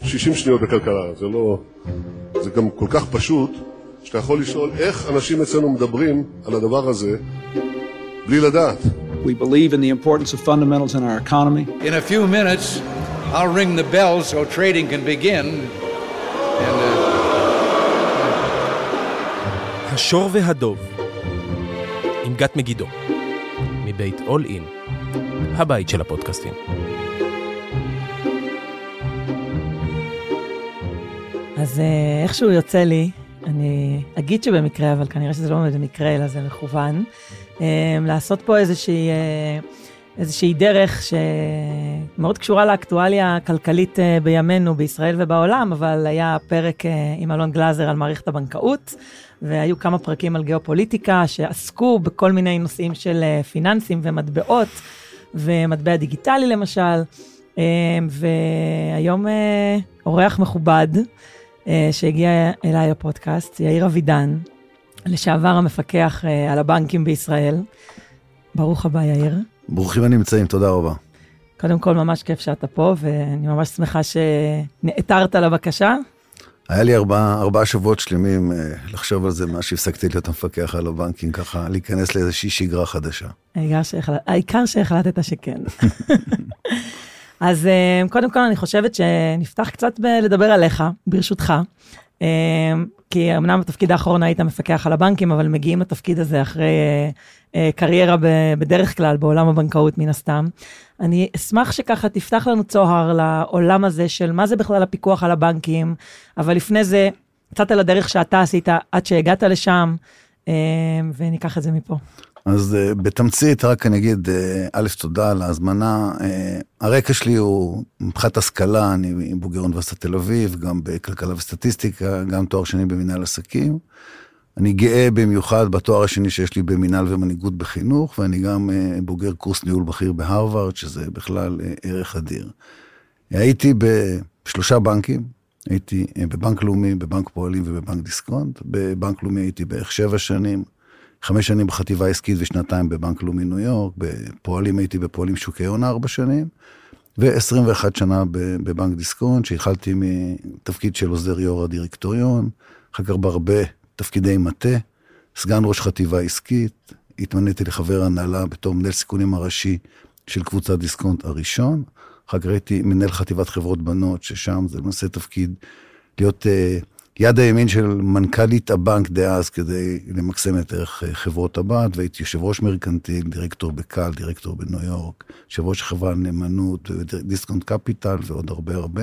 60 שניות בכלכלה, זה גם כל כך פשוט, שאתה יכול לשאול איך אנשים אצלנו מדברים על הדבר הזה, בלי לדעת. We believe in the importance of fundamentals in our economy. In a few minutes, I'll ring the bell so trading can begin. השור והדוב, עם גת מגידו, מבית All In, הבית של הפודקאסטים. אז איכשהו יוצא לי, אני אגיד שבמקרה, אבל כנראה שזה לא במקרה, אלא זה מכוון, לעשות פה איזושהי דרך שמאוד קשורה לאקטואליה הכלכלית בימינו, בישראל ובעולם, אבל היה פרק עם אלון גלזר על מערכת הבנקאות, והיו כמה פרקים על גיאופוליטיקה שעסקו בכל מיני נושאים של פיננסים ומטבעות, ומטבע דיגיטלי למשל, והיום אורח מכובד שהגיע אליי לפודקאסט, יאיר אבידן, לשעבר המפקח על הבנקים בישראל. ברוך הבא, יאיר. ברוכים הנמצאים, תודה רבה. קודם כל, ממש כיף שאתה פה, ואני ממש שמחה שנעתרת לבקשה. היה לי ארבעה שבועות שלמים לחשוב על זה, מה שהפסקתי להיות המפקח על הבנקים, ככה להיכנס לאיזושהי שגרה חדשה. העיקר שהחלטת שכן. אז קודם כל אני חושבת שנפתח קצת לדבר עליך, ברשותך, כי אמנם בתפקיד האחרון היית מפקח על הבנקים, אבל מגיעים לתפקיד הזה אחרי קריירה בדרך כלל בעולם הבנקאות מן הסתם. אני אשמח שככה תפתח לנו צוהר לעולם הזה של מה זה בכלל הפיקוח על הבנקים, אבל לפני זה קצת על הדרך שאתה עשית עד שהגעת לשם, וניקח את זה מפה. אז בתמצית רק אני אגיד, א', תודה על ההזמנה. הרקע שלי הוא מבחינת השכלה, אני בוגר אוניברסיטת תל אביב, גם בכלכלה וסטטיסטיקה, גם תואר שני במנהל עסקים. אני גאה במיוחד בתואר השני שיש לי במנהל ומנהיגות בחינוך, ואני גם בוגר קורס ניהול בכיר בהרווארד, שזה בכלל ערך אדיר. הייתי בשלושה בנקים, הייתי בבנק לאומי, בבנק פועלים ובבנק דיסקונט. בבנק לאומי הייתי בערך 7 שנים, 5 שנים בחטיבה עסקית ושנתיים בבנק לאומי ניו יורק, בפועלים הייתי בפועלים שוקי הון 4 שנים, ו21 שנה בבנק דיסקונט, שהתחלתי מתפקיד של עוזר יו"ר הדירקטוריון, אחר כך בהרבה תפקידי מטה, סגן ראש חטיבה עסקית, התמניתי לחבר הנהלה בתור מנהל סיכונים הראשי של קבוצת דיסקונט הראשון, אחר כך הייתי מנהל חטיבת חברות בנות, ששם זה למעשה תפקיד להיות יד הימין של מנכ"לית הבנק דאז, כדי למקסם את ערך חברות הבת, והייתי יושב ראש מרקנטיל, דירקטור בקל, דירקטור בניו יורק, יושב ראש חברה נאמנות, דיסקונט קפיטל ועוד הרבה.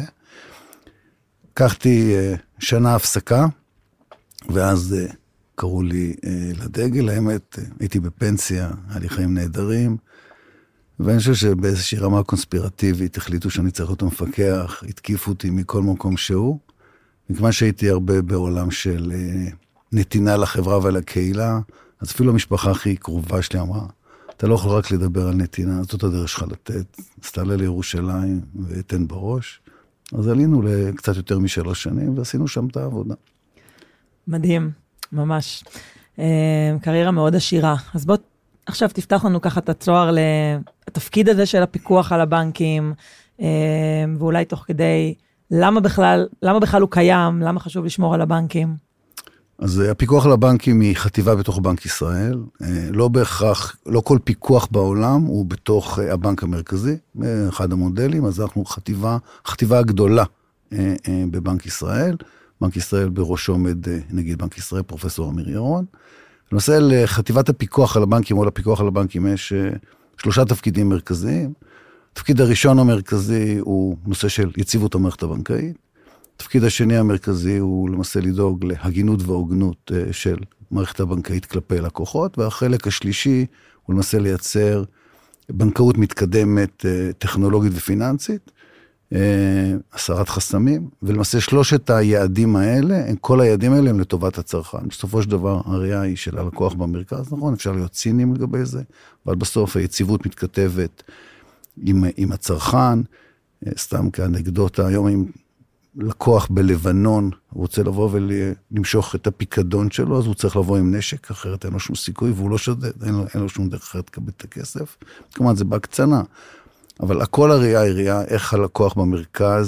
לקחתי שנה הפסקה, ואז קראו לי לדגל, האמת, הייתי בפנסיה, היה לי חיים נהדרים, ואני חושב שבאיזושהי רמה קונספירטיבית, החליטו שאני צריך להיות מפקח, התקיפו אותי מכל מקום שהוא, מכיוון שהייתי הרבה בעולם של נתינה לחברה ולקהילה, אז אפילו המשפחה הכי קרובה שלי אמרה, אתה לא יכול רק לדבר על נתינה, זאת הדרך שלך לתת, אז תעלה לירושלים ותן בראש. אז עלינו לקצת יותר מ3 שנים, ועשינו שם את העבודה. מדהים, ממש. קריירה מאוד עשירה. אז בוא עכשיו תפתח לנו ככה את הצוהר לתפקיד הזה של הפיקוח על הבנקים, ואולי תוך כדי למה בכלל הוא קיים, למה חשוב לשמור על הבנקים? אז הפיקוח על הבנקים היא חטיבה בתוך בנק ישראל, לא בהכרח, לא כל פיקוח בעולם הוא בתוך הבנק המרכזי, אחד המודלים, אז אנחנו חטיבה הגדולה בבנק ישראל, בנק ישראל בראשו עומד נגיד בנק ישראל, פרופסור אמיר ירון. לנושא לחטיבת הפיקוח על הבנקים או לפיקוח על הבנקים יש 3 תפקידים מרכזיים. התפקיד הראשון המרכזי הוא נושא של יציבות המערכת הבנקאית. התפקיד השני המרכזי הוא למעשה לדאוג להגינות והוגנות של מערכת הבנקאית כלפי לקוחות, והחלק השלישי הוא למעשה לייצר בנקאות מתקדמת, טכנולוגית ופיננסית, הסרת חסמים, ולמעשה 3 היעדים האלה, כל היעדים האלה הם לטובת הצרכן. בסופו של דבר הראייה היא של הלקוח במרכז, נכון, אפשר להיות ציניים לגבי זה, אבל בסוף היציבות מתכתבת עם הצרכן, סתם כאנקדוטה, היום עם לקוח בלבנון, הוא רוצה לבוא ולמשוך את הפיקדון שלו, אז הוא צריך לבוא עם נשק, אחרת אין לו שום סיכוי, והוא לא שדד, אין לו שום דרך אחרת לקבל את הכסף, כלומר זה בהקצנה, אבל הכל הראייה היא ראייה איך הלקוח במרכז,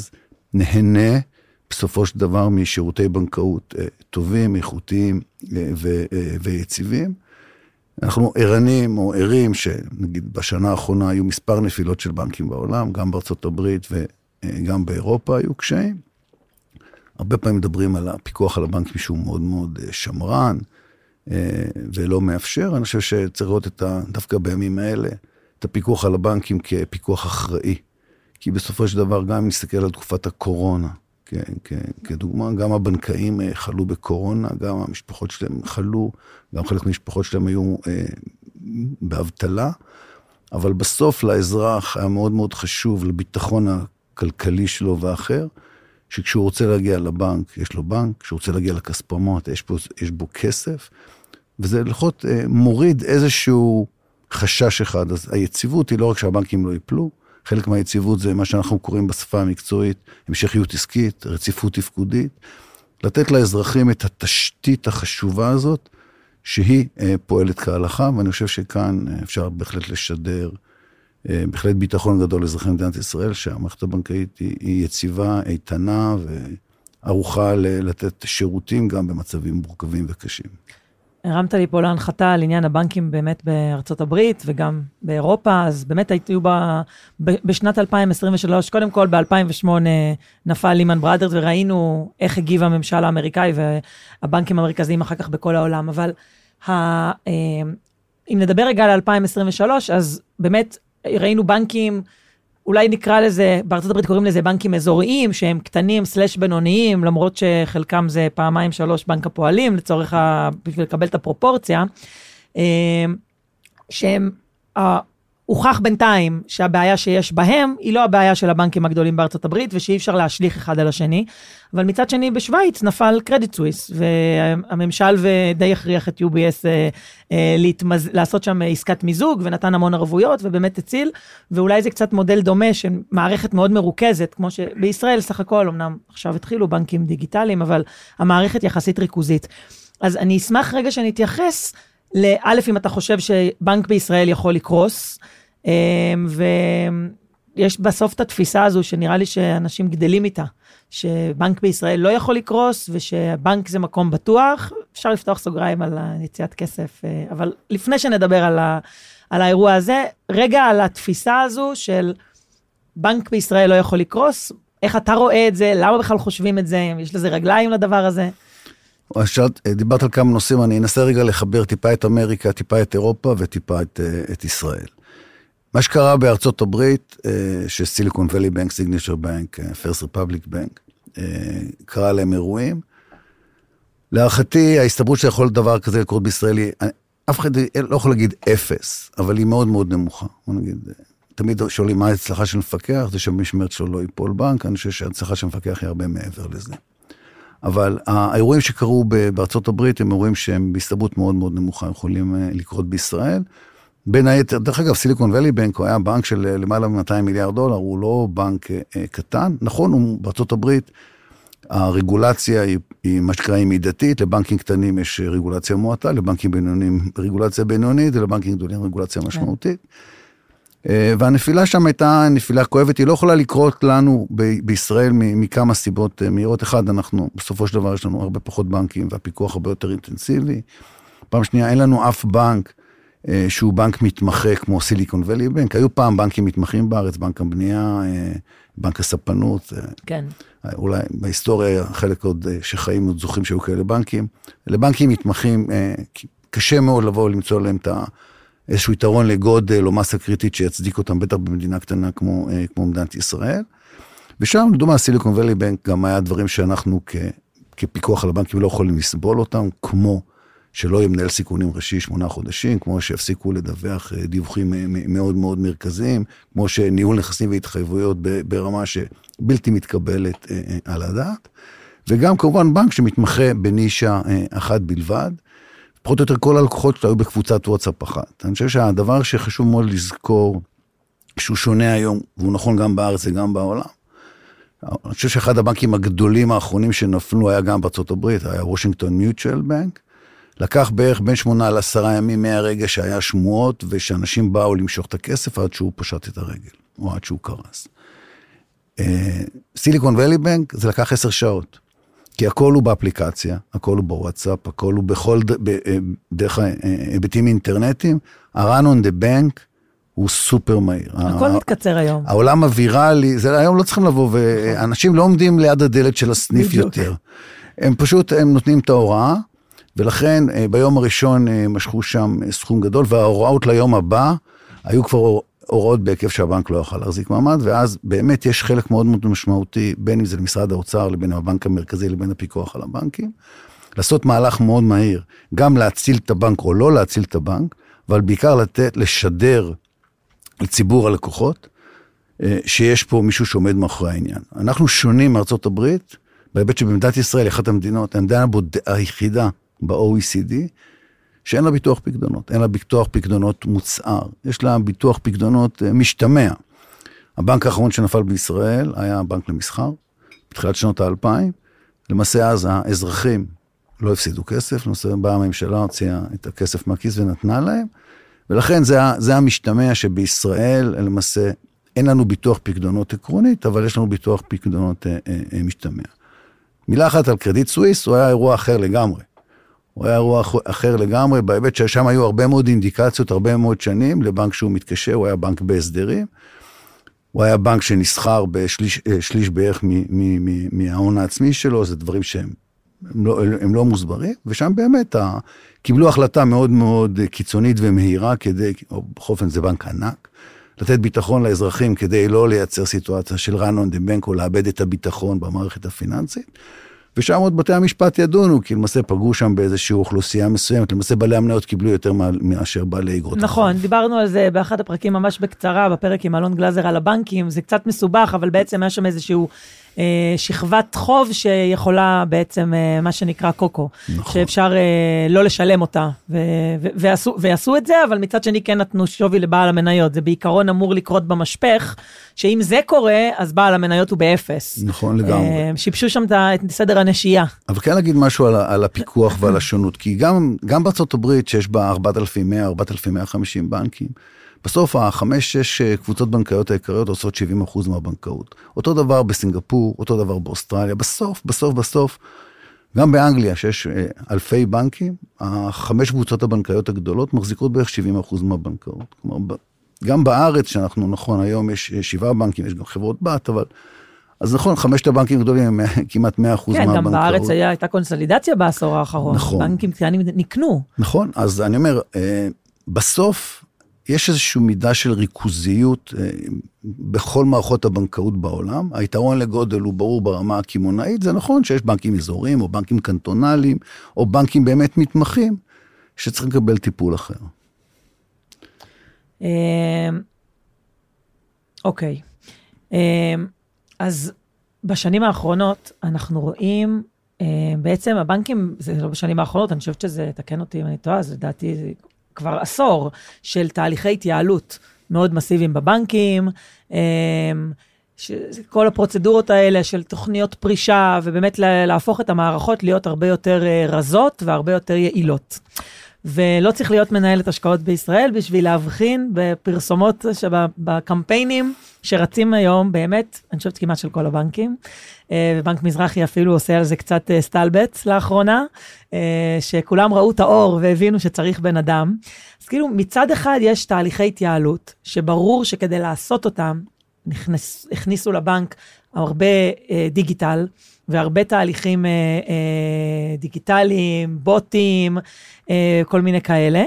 נהנה בסופו של דבר משירותי בנקאות טובים, איכותיים ויציבים. אנחנו ערנים או ערים שנגיד בשנה האחרונה היו מספר נפילות של בנקים בעולם, גם בארצות הברית וגם באירופה היו קשיים. הרבה פעמים מדברים על הפיקוח על הבנקים שהוא מאוד מאוד שמרן ולא מאפשר. אני חושב שצריך לראות דווקא בימים האלה את הפיקוח על הבנקים כפיקוח אחראי. כי בסופו של דבר גם אם נסתכל על תקופת הקורונה, כדוגמה, גם הבנקאים חלו בקורונה, גם המשפחות שלהם חלו, גם חלק מהמשפחות שלהם היו באבטלה, אבל בסוף לאזרח היה מאוד מאוד חשוב לביטחון הכלכלי שלו ואחר, שכשהוא רוצה להגיע לבנק, יש לו בנק, כשהוא רוצה להגיע לכספומט, יש בו כסף, וזה לפחות מוריד איזשהו חשש אחד. אז היציבות היא לא רק שהבנקים לא ייפלו, חלק מהיציבות זה מה שאנחנו קוראים בשפה המקצועית, המשכיות עסקית, רציפות תפקודית, לתת לאזרחים את התשתית החשובה הזאת, שהיא פועלת כהלכה, ואני חושב שכאן אפשר בהחלט לשדר, בהחלט ביטחון גדול לאזרחי מדינת ישראל, שהמערכת הבנקאית היא יציבה, איתנה, וערוכה לתת שירותים גם במצבים מורכבים וקשים. הרמת לי פה להנחתה על עניין הבנקים באמת בארצות הברית וגם באירופה, אז באמת היו בשנת 2023, קודם כל ב-2008 נפל לימן בראדרס, וראינו איך הגיב הממשל האמריקאי והבנקים המרכזיים אחר כך בכל העולם, אבל אם נדבר רגע על 2023, אז באמת ראינו בנקים, אולי נקרא לזה, בארצות הברית קוראים לזה בנקים אזוריים, שהם קטנים סלש בינוניים, למרות שחלקם זה 2-3 בנק הפועלים, לצורך בשביל לקבל את הפרופורציה, שהם, הוכח בינתיים שהבעיה שיש בהם, היא לא הבעיה של הבנקים הגדולים בארצות הברית, ושאי אפשר להשליך אחד על השני, אבל מצד שני בשוויץ נפל קרדיט סוויס, והממשל ודי הכריח את UBS לעשות שם עסקת מיזוג, ונתן המון ערבויות, ובאמת הציל, ואולי זה קצת מודל דומה, שמערכת מאוד מרוכזת, כמו שבישראל סך הכל, אמנם עכשיו התחילו בנקים דיגיטליים, אבל המערכת יחסית ריכוזית. אז אני אשמח רגע שאני אתייחס, לאלף אם אתה חושב שבנק בישראל יכול לקרוס, ויש בסוף את התפיסה הזו שנראה לי שאנשים גדלים איתה, שבנק בישראל לא יכול לקרוס, ושבנק זה מקום בטוח, אפשר לפתוח סוגריים על יציאת כסף, אבל לפני שנדבר על האירוע הזה, רגע על התפיסה הזו של בנק בישראל לא יכול לקרוס, איך אתה רואה את זה, למה בכלל חושבים את זה, יש לזה רגליים לדבר הזה? דיברת על כמה נושאים, אני אנסה רגע לחבר טיפה את אמריקה, טיפה את אירופה וטיפה את ישראל. מה שקרה בארצות הברית, שסיליקון ואלי בנק, סיגניצ'ר בנק, פרסט רפבליק בנק, קרה להם אירועים. להערכתי, ההסתברות שיכול דבר כזה לקרות בישראל, אף אחד לא יכול להגיד אפס, אבל היא מאוד מאוד נמוכה. תמיד שואלים מה ההצלחה של מפקח, זה שבמשמרת שלו לא ייפול בנק, אני חושב שההצלחה של מפקח היא הרבה מעבר לזה. אבל האירועים שקרו בארצות הברית הם אירועים שהם בהסתברות מאוד מאוד נמוכה, יכולים לקרות בישראל. בין היתר, דרך אגב, סיליקון ואלי בנק הוא היה בנק של למעלה מ$200 מיליארד, הוא לא בנק קטן. נכון, בארצות הברית הרגולציה היא מה שקרה היא מידתית, לבנקים קטנים יש רגולציה מועטה, לבנקים בינוניים רגולציה בינונית, ולבנקים גדולים רגולציה משמעותית. והנפילה שם הייתה נפילה כואבת, היא לא יכולה לקרות לנו בישראל מכמה סיבות מהירות. אחד, אנחנו בסופו של דבר יש לנו הרבה פחות בנקים, והפיקוח הרבה יותר אינטנסיבי. פעם שנייה, אין לנו אף בנק שהוא בנק מתמחה כמו סיליקון ואלי בנק. היו פעם בנקים מתמחים בארץ, בנק הבנייה, בנק הספנות. כן. אולי בהיסטוריה חלק עוד שחיים עוד זוכים שהיו כאלה בנקים. לבנקים מתמחים, קשה מאוד לבוא למצוא להם את איזשהו יתרון לגודל או מסה קריטית שיצדיק אותם, בטח במדינה קטנה כמו מדינת ישראל. ושם, לדוגמה, סיליקון ואלי בנק גם היה דברים שאנחנו כפיקוח על הבנקים לא יכולים לסבול אותם, כמו שלא יהיה מנהל סיכונים ראשי 8 חודשים, כמו שהפסיקו לדווח דיווחים מאוד מאוד מרכזיים, כמו שניהול נכסים והתחייבויות ברמה שבלתי מתקבלת על הדעת, וגם כמובן בנק שמתמחה בנישה אחת בלבד, פחות או יותר כל הלקוחות שלו היו בקבוצת וואטסאפ אחת. אני חושב שהדבר שחשוב מאוד לזכור, שהוא שונה היום, והוא נכון גם בארץ וגם בעולם, אני חושב שאחד הבנקים הגדולים האחרונים שנפלו היה גם בארצות הברית, היה וושינגטון מיוטשל בנק, לקח בערך בין 8 ל10 ימים מהרגע שהיה שמועות, ושאנשים באו למשוך את הכסף עד שהוא פשט את הרגל, או עד שהוא קרס. סיליקון ואלי בנק זה לקח 10 שעות. כי הכל הוא באפליקציה, הכל הוא בוואטסאפ, הכל הוא דרך היבטים אינטרנטיים. ה-run on the bank הוא סופר מהיר. הכל מתקצר היום. העולם הוויראלי, היום לא צריכים לבוא, ואנשים לא עומדים ליד הדלת של הסניף יותר. הם פשוט, הם נותנים את ההוראה, ולכן ביום הראשון משכו שם סכום גדול, וההוראות ליום הבא, היו כבר הוראות בהיקף שהבנק לא יוכל להחזיק מעמד, ואז באמת יש חלק מאוד מאוד משמעותי, בין אם זה למשרד האוצר, לבין הבנק המרכזי, לבין הפיקוח על הבנקים, לעשות מהלך מאוד מהיר, גם להציל את הבנק או לא להציל את הבנק, אבל בעיקר לשדר לציבור הלקוחות, שיש פה מישהו שעומד מאחורי העניין. אנחנו שונים מארצות הברית, בהיבט שבמדינת ישראל, אחת המדינות, המדינה היחידה ב-OECD, שאין לה ביטוח פקדונות, אין לה ביטוח פקדונות מוצער, יש לה ביטוח פקדונות משתמע. הבנק האחרון שנפל בישראל היה הבנק למסחר, בתחילת שנות ה-2000, למעשה אז האזרחים לא הפסידו כסף, למעשה באה הממשלה, הוציאה את הכסף מהכיס ונתנה להם, ולכן זה המשתמע שבישראל, למעשה, אין לנו ביטוח פקדונות עקרונית, אבל יש לנו ביטוח פקדונות משתמע. מילה אחת על קרדיט סוויס, הוא היה אירוע אחר לגמרי. הוא היה אירוע אחר לגמרי, בהיבט ששם היו הרבה מאוד אינדיקציות, הרבה מאוד שנים, לבנק שהוא מתקשה, הוא היה בנק בהסדרים, הוא היה בנק שנסחר בשליש בערך מההון העצמי שלו, זה דברים שהם לא מוסברים, ושם באמת קיבלו החלטה מאוד מאוד קיצונית ומהירה, כדי, או בכל אופן זה בנק ענק, לתת ביטחון לאזרחים כדי לא לייצר סיטואציה של run on the bank, או לאבד את הביטחון במערכת הפיננסית, ושם עוד בתי המשפט ידונו, כי למעשה פגעו שם באיזושהי אוכלוסייה מסוימת, למעשה בעלי המניות קיבלו יותר מאשר בעלי אגרות. נכון, דיברנו על זה באחד הפרקים ממש בקצרה, בפרק עם אלון גלזר על הבנקים, זה קצת מסובך, אבל בעצם היה שם איזשהו שכבת חוב שיכולה בעצם, מה שנקרא קוקו, נכון. שאפשר לא לשלם אותה, ועשו את זה, אבל מצד שני כן נתנו שווי לבעל המניות, זה בעיקרון אמור לקרות במשפך, שאם זה קורה, אז בעל המניות הוא באפס. נכון לגמרי. שיבשו שם את סדר הנשייה. אבל כן להגיד משהו על הפיקוח ועל השונות, כי גם בארצות הברית, שיש בה 4,100, 4,150 בנקים, בסוף 5-6 קבוצות בנקאיות העיקריות עושות 70% מהבנקאות. אותו דבר בסינגפור, אותו דבר באוסטרליה. בסוף, גם באנגליה, שיש אלפי בנקים, 5 קבוצות הבנקאיות הגדולות מחזיקות בערך 70% מהבנקאות. כלומר, גם בארץ, שאנחנו נכון, היום יש 7 בנקים, יש גם חברות בת, אבל אז נכון, 5 הבנקים הגדולים הם כמעט 100% מהבנקאות. כן, גם בארץ הייתה קונסולידציה בעשור האחרון. נכון. בנקים קטנים נקנו. נכון, אז אני אומר, בסוף, יש איזושהי מידה של ריכוזיות בכל מערכות הבנקאות בעולם. היתרון לגודל הוא ברור ברמה הכימונאית. זה נכון שיש בנקים אזוריים או בנקים קנטונליים או בנקים באמת מתמחים שצריכים לקבל טיפול אחר. אוקיי. אז בשנים האחרונות אנחנו רואים, בעצם הבנקים, זה לא בשנים האחרונות, אני חושבת שזה, תקן אותי אם אני טועה, אז לדעתי זה כבר עשור של תהליכי התייעלות מאוד מסיביים בבנקים, כל הפרוצדורות האלה של תוכניות פרישה, ובאמת להפוך את המערכות להיות הרבה יותר רזות והרבה יותר יעילות. ולא צריך להיות מנהלת השקעות בישראל בשביל להבחין בפרסומות בקמפיינים שרצים היום באמת, אני חושבת כמעט של כל הבנקים, ובנק מזרחי אפילו עושה על זה קצת סטלבט לאחרונה, שכולם ראו את האור והבינו שצריך בן אדם. אז כאילו מצד אחד יש תהליכי התייעלות, שברור שכדי לעשות אותם, הכניסו לבנק הרבה דיגיטל, והרבה תהליכים דיגיטליים, בוטים, כל מיני כאלה.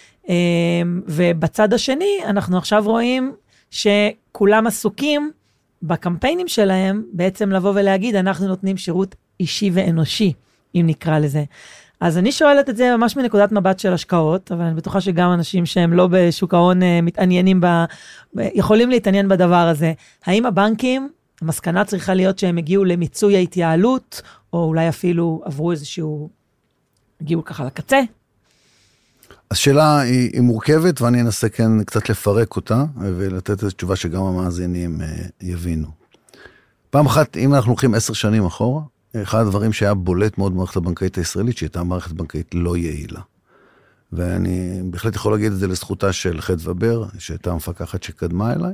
ובצד השני, אנחנו עכשיו רואים שכולם עסוקים בקמפיינים שלהם, בעצם לבוא ולהגיד, אנחנו נותנים שירות אישי ואנושי, אם נקרא לזה. אז אני שואלת את זה ממש מנקודת מבט של השקעות, אבל אני בטוחה שגם אנשים שהם לא בשוק ההון מתעניינים, יכולים להתעניין בדבר הזה. האם הבנקים, המסקנה צריכה להיות שהם הגיעו למיצוי ההתייעלות, או אולי אפילו עברו איזשהו, הגיעו ככה לקצה? השאלה היא מורכבת, ואני אנסה כן קצת לפרק אותה, ולתת איזו תשובה שגם המאזינים יבינו. פעם אחת, אם אנחנו הולכים 10 שנים אחורה, אחד הדברים שהיה בולט מאוד במערכת הבנקאית הישראלית, שהייתה מערכת בנקאית לא יעילה. ואני בהחלט יכול להגיד את זה לזכותה של חד ובר, שהייתה המפקחת שקדמה אליי,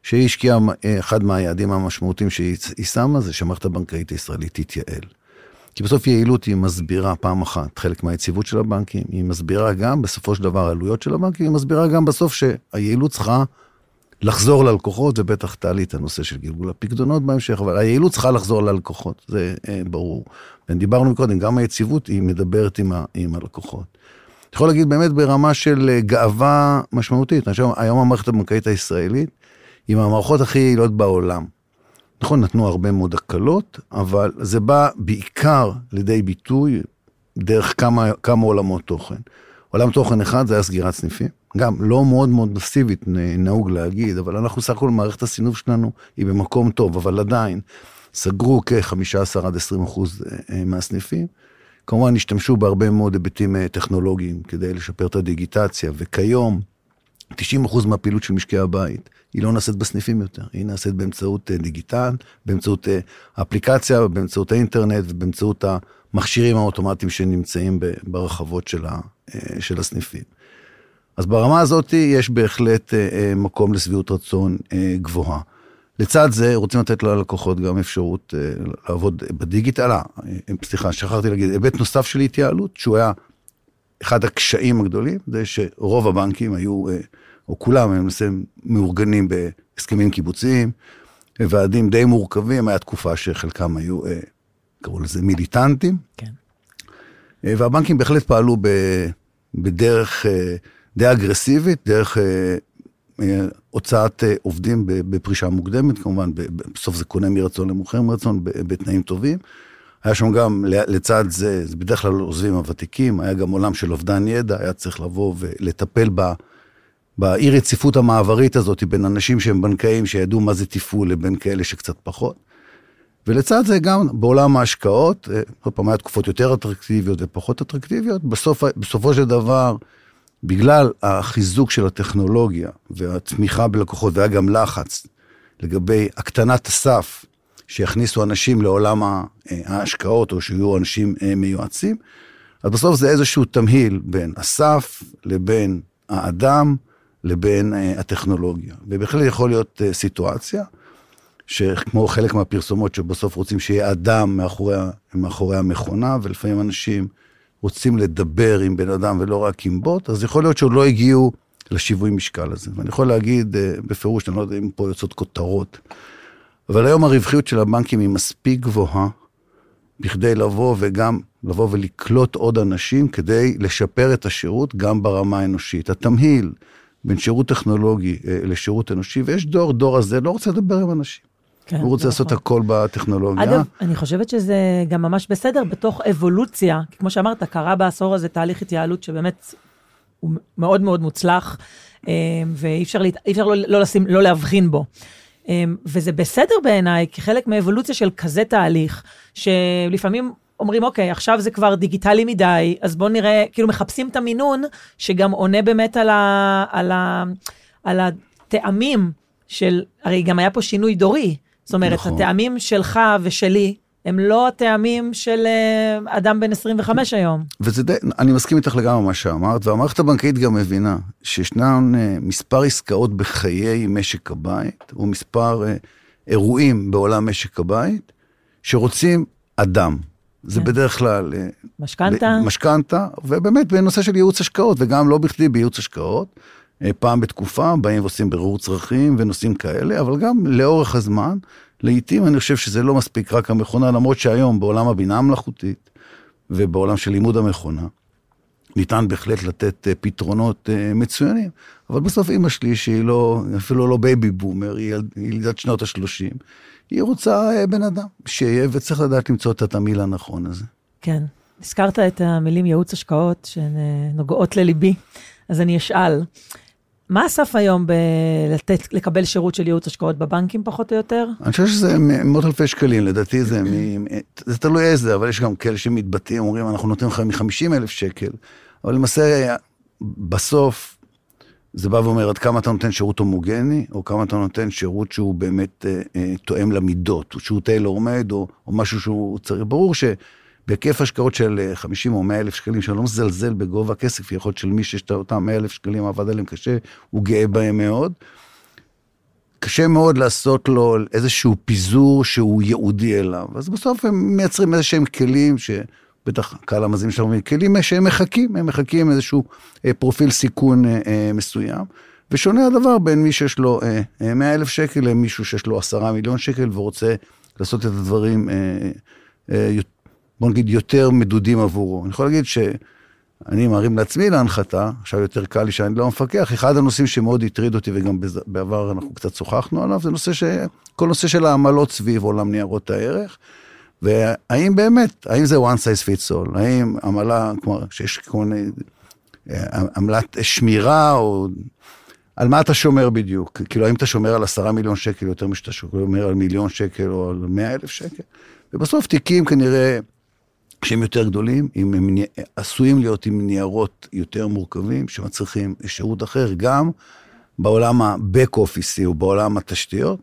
שהיא השקיעה, אחד מהיעדים המשמעותיים שהיא שמה, זה שהמערכת הבנקאית הישראלית תתייעל. כי בסוף יעילות היא מסבירה פעם אחת חלק מהיציבות של הבנקים, היא מסבירה גם בסופו של דבר העלויות של הבנקים, היא מסבירה גם בסוף שהיעילות צריכה לחזור ללקוחות, ובטח תעלי את הנושא של גלגול הפקדונות בהמשך, אבל היעילות צריכה לחזור ללקוחות, זה ברור. דיברנו מקודם, גם היציבות היא מדברת עם הלקוחות. אני יכול להגיד באמת ברמה של גאווה משמעותית, היום המערכת הבנקאית הישראלית, עם המערכות הכי יעילות בעולם. נכון, נתנו הרבה מאוד הקלות, אבל זה בא בעיקר לידי ביטוי דרך כמה עולמות תוכן. עולם תוכן אחד זה היה סגירת סניפים, גם לא מאוד מאוד מסיבית נהוג להגיד, אבל אנחנו סך הכל מערכת הסינוף שלנו היא במקום טוב, אבל עדיין סגרו כ-15-20% מהסניפים. כמובן השתמשו בהרבה מאוד היבטים טכנולוגיים כדי לשפר את הדיגיטציה, וכיום 90% מהפעילות של משקי הבית היא לא נעשית בסניפים יותר, היא נעשית באמצעות דיגיטל, באמצעות אפליקציה, באמצעות האינטרנט ובאמצעות המכשירים האוטומטיים שנמצאים ברחבות של הסניפים. אז ברמה הזאת יש בהחלט מקום לשביעות רצון גבוהה. לצד זה רוצים לתת ללקוחות גם אפשרות לעבוד בדיגיטל, שכחתי להגיד, היבט נוסף של התייעלות, שהוא היה אחד הקשיים הגדולים, זה שרוב הבנקים היו, או כולם, הם מאורגנים בהסכמים קיבוציים, ועדים די מורכבים, היה תקופה שחלקם היו, קראו לזה מיליטנטים, כן. והבנקים בהחלט פעלו בדרך די אגרסיבית, דרך הוצאת עובדים בפרישה מוקדמת, כמובן בסוף זה קונה מרצון למוכר מרצון, בתנאים טובים. היה שם גם לצד זה, זה בדרך כלל עוזבים הוותיקים, היה גם עולם של אובדן ידע, היה צריך לבוא ולטפל באי רציפות המעברית הזאת, בין אנשים שהם בנקאים שידעו מה זה תפעול, לבין כאלה שקצת פחות. ולצד זה גם בעולם ההשקעות, עוד פעם היה תקופות יותר אטרקטיביות ופחות אטרקטיביות, בסופו של דבר, בגלל החיזוק של הטכנולוגיה והתמיכה בלקוחות, והיה גם לחץ לגבי הקטנת הסף, שיכניסו אנשים לעולם ההשקעות, או שיהיו אנשים מיועצים, אז בסוף זה איזשהו תמהיל בין הסף, לבין האדם, לבין הטכנולוגיה. ובכלל יכול להיות סיטואציה, שכמו חלק מהפרסומות שבסוף רוצים שיהיה אדם מאחורי המכונה, ולפעמים אנשים רוצים לדבר עם בן אדם ולא רק עם בוט, אז יכול להיות שעוד לא הגיעו לשיווי משקל הזה. ואני יכול להגיד בפירוש, אני לא יודע אם פה יוצאות כותרות, אבל היום הרווחיות של הבנקים היא מספיק גבוהה, בכדי לבוא ולקלוט עוד אנשים, כדי לשפר את השירות גם ברמה האנושית. התמהיל בין שירות טכנולוגי לשירות אנושי, ויש דור הזה לא רוצה לדבר עם אנשים. כן, הוא רוצה לעשות הכל בטכנולוגיה. אגב, אני חושבת שזה גם ממש בסדר, בתוך אבולוציה, כמו שאמרת, קרה בעשור הזה תהליך התייעלות, שבאמת הוא מאוד מאוד מוצלח, ואי אפשר לא להבחין בו. וזה בסדר בעיניי, כחלק מהאבולוציה של כזה תהליך, שלפעמים אומרים, אוקיי, עכשיו זה כבר דיגיטלי מדי, אז בואו נראה, כאילו מחפשים את המינון, שגם עונה באמת על הטעמים של, הרי גם היה פה שינוי דורי, זאת אומרת, נכון. הטעמים שלך ושלי, הם לא הטעמים של אדם בן 25 היום. וזה די, אני מסכים איתך לגמרי מה שאמרת, והמערכת הבנקאית גם מבינה, שישנן מספר עסקאות בחיי משק הבית, או מספר אירועים בעולם משק הבית, שרוצים אדם. זה בדרך כלל משכנתה, ובאמת בנושא של ייעוץ השקעות, וגם לא בכדי בייעוץ השקעות, פעם בתקופה, באים ועושים ברור צרכים ונושאים כאלה, אבל גם לאורך הזמן, לעתים אני חושב שזה לא מספיק רק המכונה, למרות שהיום בעולם הבינה המלאכותית, ובעולם של לימוד המכונה, ניתן בהחלט לתת פתרונות מצוינים, אבל בסוף אמא שלי, שהיא לא, אפילו לא בייבי בומר, היא ילידת שנות ה-30, היא רוצה בן אדם שיהיה, וצריך לדעת למצוא את התמיל הנכון הזה. כן, הזכרת את המילים ייעוץ השקעות, שהן נוגעות לליבי, אז אני אשאל, מה הסף היום לקבל שירות של ייעוץ השקעות בבנקים פחות או יותר? אני חושב שזה מאות אלפי שקלים, לדעתי זה תלוי איזה, אבל יש גם כאלה שמתבטאים, אומרים, אנחנו נותנים לך מ-50,000 שקל, אבל למעשה, בסוף, זה בא ואומר, עד כמה אתה נותן שירות הומוגני, או כמה אתה נותן שירות שהוא באמת תואם למידות, שהוא טיילור מייד, או משהו שהוא צריך, ברור בהיקף השקעות של 50 או 100 אלף שקלים, שאני לא מזלזל בגובה כסף, יכול להיות של מי שיש אותם 100 אלף שקלים, עבד עליהם קשה, הוא גאה בהם מאוד. קשה מאוד לעשות לו איזשהו פיזור שהוא ייעודי אליו. אז בסוף הם מייצרים איזשהם כלים, שבטח קהל המאזינים שלנו אומרים, כלים שהם מחכים איזשהו פרופיל סיכון מסוים, ושונה הדבר בין מי שיש לו 100,000 שקל, למישהו שיש לו 10 מיליון שקל, ורוצה לעשות את הדברים, בוא נגיד, יותר מדודים עבורו. אני יכול להגיד שאני מרים לעצמי להנחתה, עכשיו יותר קל לי שאני לא מפקח, אחד הנושאים שמאוד הטריד אותי, וגם בעבר אנחנו קצת שוחחנו עליו, זה כל נושא של העמלות סביב עולם ניירות הערך, והאם באמת, האם זה one size fits all, האם עמלה, כלומר, שיש כל מיני עמלת שמירה, או על מה אתה שומר בדיוק? כאילו, האם אתה שומר על 10 מיליון שקל, יותר משאתה שומר על 1,000,000 שקל, או על 100,000 שקל? ובסוף תיקים כנראה, שהם יותר גדולים, הם עשויים להיות עם ניירות יותר מורכבים, שמצריכים שירות אחר, גם בעולם ה-back office, או בעולם התשתיות,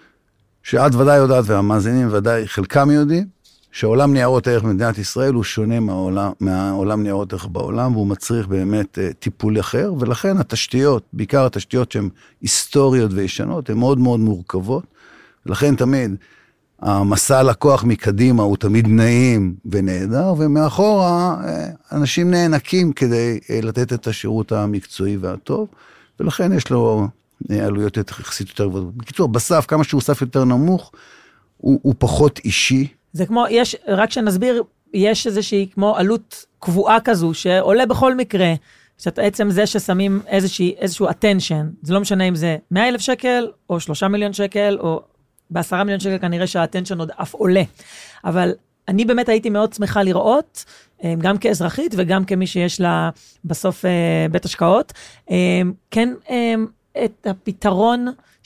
שאת ודאי יודעת, והמאזינים ודאי חלקם יודעים, שהעולם ניירות הערך במדינת ישראל הוא שונה מהעולם ניירות הערך בעולם, והוא מצריך באמת טיפול אחר, ולכן התשתיות, בעיקר התשתיות שהן היסטוריות וישנות, הן מאוד מאוד מורכבות, ולכן תמיד המסע לקוח מקדימה הוא תמיד נעים ונהדר, ומאחורה אנשים נאנקים כדי לתת את השירות המקצועי והטוב, ולכן יש לו עלויות יחסית יותר גבוהות. בקיצור, בסף, כמה שהוא סף יותר נמוך, הוא פחות אישי. זה כמו, רק שנסביר, יש איזושהי כמו עלות קבועה כזו, שעולה בכל מקרה, עצם זה ששמים איזשהו attention, זה לא משנה אם זה 100,000 שקל, או 3 מיליון שקל, או ב10 מיליון שקל כנראה שהאטנשן עוד אף עולה. אבל אני באמת הייתי מאוד שמחה לראות, גם כאזרחית וגם כמי שיש לה בסוף בית השקעות, כן את הפתרון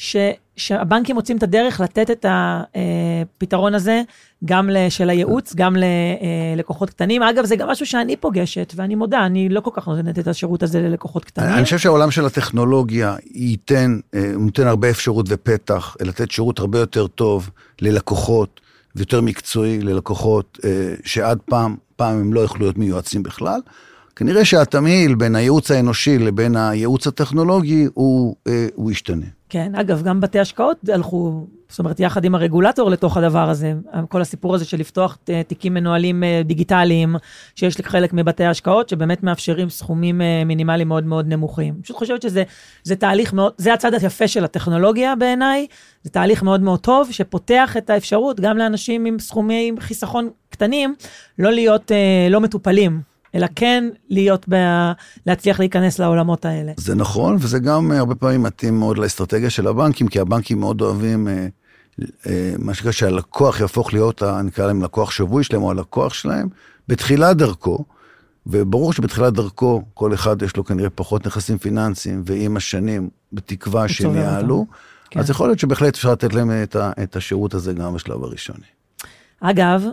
שהבנקים מוצאים את הדרך לתת את הפתרון הזה, גם של הייעוץ, גם ללקוחות קטנים. אגב, זה גם משהו שאני פוגשת, ואני מודה, אני לא כל כך נותנת את השירות הזה ללקוחות קטנים. אני חושב שהעולם של הטכנולוגיה נותן הרבה אפשרות ופתח, לתת שירות הרבה יותר טוב ללקוחות, ויותר מקצועי ללקוחות, שעד פעם הם לא יכולו להיות מיועצים בכלל. כנראה שהתמהיל בין הייעוץ האנושי לבין הייעוץ הטכנולוגי הוא ישתנה. כן, אגב, גם בתי השקעות הלכו, זאת אומרת, יחד עם הרגולטור לתוך הדבר הזה, כל הסיפור הזה של לפתוח תיקים מנוהלים דיגיטליים, שיש חלק מבתי השקעות, שבאמת מאפשרים סכומים מינימליים מאוד מאוד נמוכים. פשוט חושבת שזה תהליך מאוד, זה הצד היפה של הטכנולוגיה בעיניי, זה תהליך מאוד מאוד טוב, שפותח את האפשרות גם לאנשים עם סכומי חיסכון קטנים, לא להיות לא מטופלים. אלא כן להצליח להיכנס לעולמות האלה. זה נכון, וזה גם הרבה פעמים מתאים מאוד לאסטרטגיה של הבנקים, כי הבנקים מאוד אוהבים, מה שקרה שהלקוח יהפוך להיות, נקרא להם לקוח שבוי שלהם, או הלקוח שלהם, בתחילת דרכו, וברור שבתחילת דרכו, כל אחד יש לו כנראה פחות נכסים פיננסיים, ועם השנים, בתקווה שהם יעלו, אז יכול להיות שבהחלט אפשר לתת להם את השירות הזה גם בשלב הראשוני. אגב,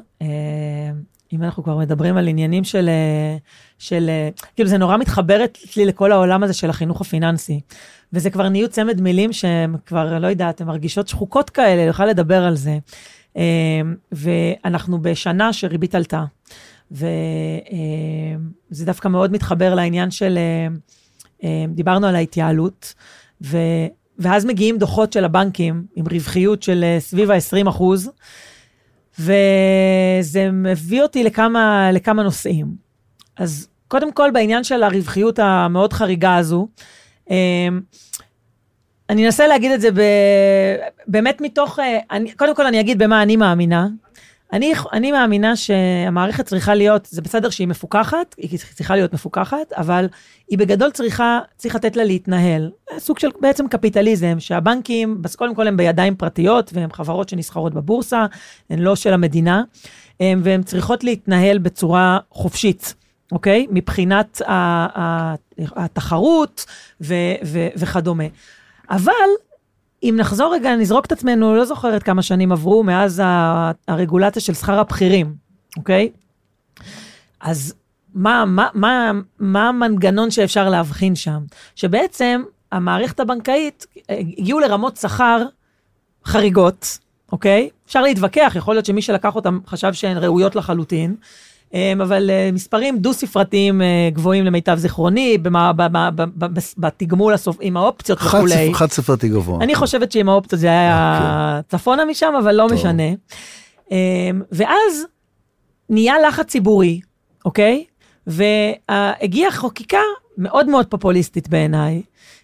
אם אנחנו כבר מדברים על עניינים כאילו זה נורא מתחברת לי לכל העולם הזה של החינוך הפיננסי, וזה כבר נהיו צמד מילים שהן כבר, לא יודעת, הן מרגישות שחוקות כאלה, יוכל לדבר על זה, ואנחנו בשנה שריבית עלתה, וזה דווקא מאוד מתחבר לעניין של, דיברנו על ההתייעלות, ואז מגיעים דוחות של הבנקים, עם רווחיות של סביב ה-20%, וזה מביא אותי לכמה נושאים. אז קודם כל, בעניין של הרווחיות המאוד חריגה הזו, אני אנסה להגיד את זה באמת מתוך, קודם כל אני אגיד במה אני מאמינה. אני מאמינה שהמערכת צריכה להיות, זה בסדר שהיא מפוקחת, היא צריכה להיות מפוקחת, אבל היא בגדול צריך לתת לה להתנהל. סוג של בעצם קפיטליזם, שהבנקים, קודם כל הם בידיים פרטיות, והם חברות שנסחרות בבורסה, הן לא של המדינה, והן צריכות להתנהל בצורה חופשית, אוקיי? מבחינת התחרות וכדומה. אבל אם נחזור רגע, נזרוק את עצמנו, לא זוכרת כמה שנים עברו מאז הרגולציה של שכר הבכירים, אוקיי? אז מה המנגנון שאפשר להבחין שם? שבעצם המערכת הבנקאית הגיעו לרמות שכר חריגות, אוקיי? אפשר להתווכח, יכול להיות שמי שלקח אותם חשב שהן ראויות לחלוטין, אבל מספרים דו-ספרתיים גבוהים למיטב זיכרוני, בתגמול הסוף עם האופציות וכולי. חד ספרתי גבוה. אני חושבת שעם האופציות זה היה צפונה משם, אבל לא משנה. ואז נהיה לחץ ציבורי, אוקיי? והגיעה חוקיקה מאוד מאוד פופוליסטית בעיניי,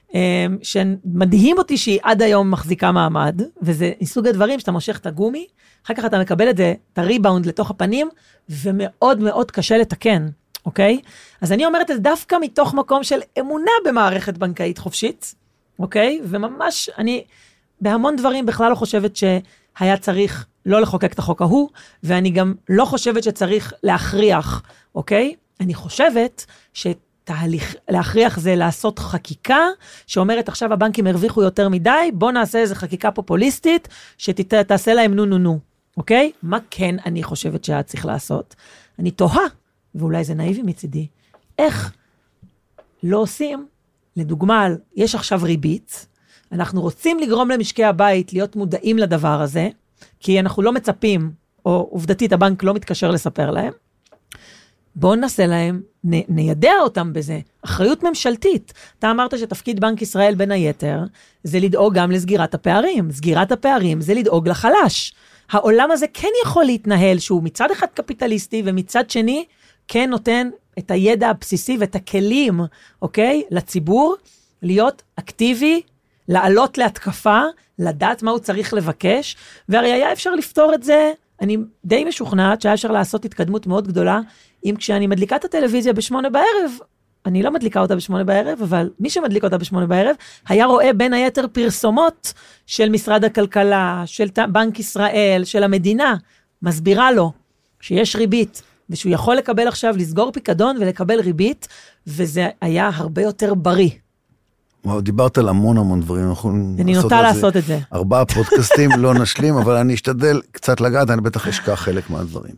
שמדהים אותי שהיא עד היום מחזיקה מעמד, וזה מסוג הדברים שאתה מושך את הגומי, אחר כך אתה מקבל את זה, את הריבאונד לתוך הפנים, ומאוד מאוד קשה לתקן, אוקיי? אז אני אומרת את זה דווקא מתוך מקום של אמונה במערכת בנקאית חופשית, אוקיי? וממש אני בהמון דברים בכלל לא חושבת שהיה צריך לא לחוקק את החוק ההוא, ואני גם לא חושבת שצריך להכריח, אוקיי? אני חושבת להכריח זה לעשות חקיקה, שאומרת עכשיו הבנקים הרוויחו יותר מדי, בוא נעשה איזו חקיקה פופוליסטית, שתעשה להם נו, אוקיי? מה כן אני חושבת שהיה צריך לעשות? אני תוהה, ואולי זה נאיבי מצידי, איך לא עושים, לדוגמה, יש עכשיו ריבית, אנחנו רוצים לגרום למשקי הבית להיות מודעים לדבר הזה, כי אנחנו לא מצפים, או עובדתית הבנק לא מתקשר לספר להם, בואו נעשה להם, ניידע אותם בזה, אחריות ממשלתית. אתה אמרת שתפקיד בנק ישראל בין היתר, זה לדאוג גם לסגירת הפערים. סגירת הפערים זה לדאוג לחלש. העולם הזה כן יכול להתנהל, שהוא מצד אחד קפיטליסטי, ומצד שני כן נותן את הידע הבסיסי ואת הכלים, אוקיי? לציבור, להיות אקטיבי, לעלות להתקפה, לדעת מה הוא צריך לבקש, והרי היה אפשר לפתור את זה, אני די משוכנעת שהיה אפשר לעשות התקדמות מאוד גדולה, אם כשאני מדליקה את הטלוויזיה ב8 בערב, אני לא מדליקה אותה ב8 בערב, אבל מי שמדליק אותה ב8 בערב, היה רואה בין היתר פרסומות של משרד הכלכלה, של בנק ישראל, של המדינה, מסבירה לו שיש ריבית, ושהוא יכול לקבל עכשיו, לסגור פיקדון ולקבל ריבית, וזה היה הרבה יותר בריא. וואו, דיברת על המון דברים, אני נוטה לעשות את זה. 4 פודקאסטים, לא נשלים, אבל אני אשתדל קצת לגעת, אני בטח אשכח חלק מהדברים.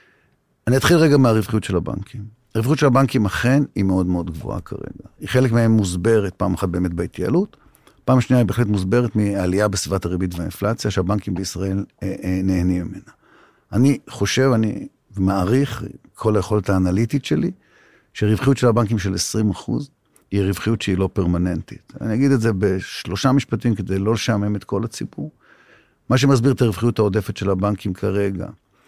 אני אתחיל רגע מהרווחיות של הבנקים. הרווחיות של הבנקים אכן היא מאוד מאוד גבוהה כרגע. היא חלק מהם מוסברת, פעם אחת באמת בהתייעלות, פעם שנייה היא בהחלט מוסברת מעלייה בסביבת הריבית והאינפלציה, שהבנקים בישראל נהנים ממנה. אני חושב, אני מעריך כל היכולת האנליטית שלי, שהרווחיות של הבנקים של 20%, היא רווחיות שהיא לא פרמננטית. אני אגיד את זה ב3 משפטים, כדי לא לשעמם את כל הציבור. מה שמסביר את הרווחיות העודפת של הבנקים כרגע,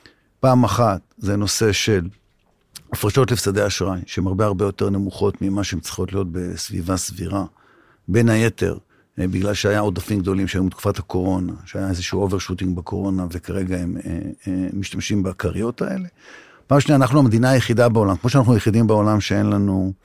פעם אחת, זה נושא של הפרשות להפסדי אשראי, שהן הרבה יותר נמוכות ממה שהן צריכות להיות בסביבה סבירה. בין היתר, בגלל שהיה עודפים גדולים שהיו בתקופת הקורונה, שהיה איזשהו אוברשוטינג בקורונה, וכרגע הם משתמשים בקריות האלה. פעם שנייה, אנחנו המדינה היחידה בעולם, כמו שאנחנו היחידים בעולם שאין לנו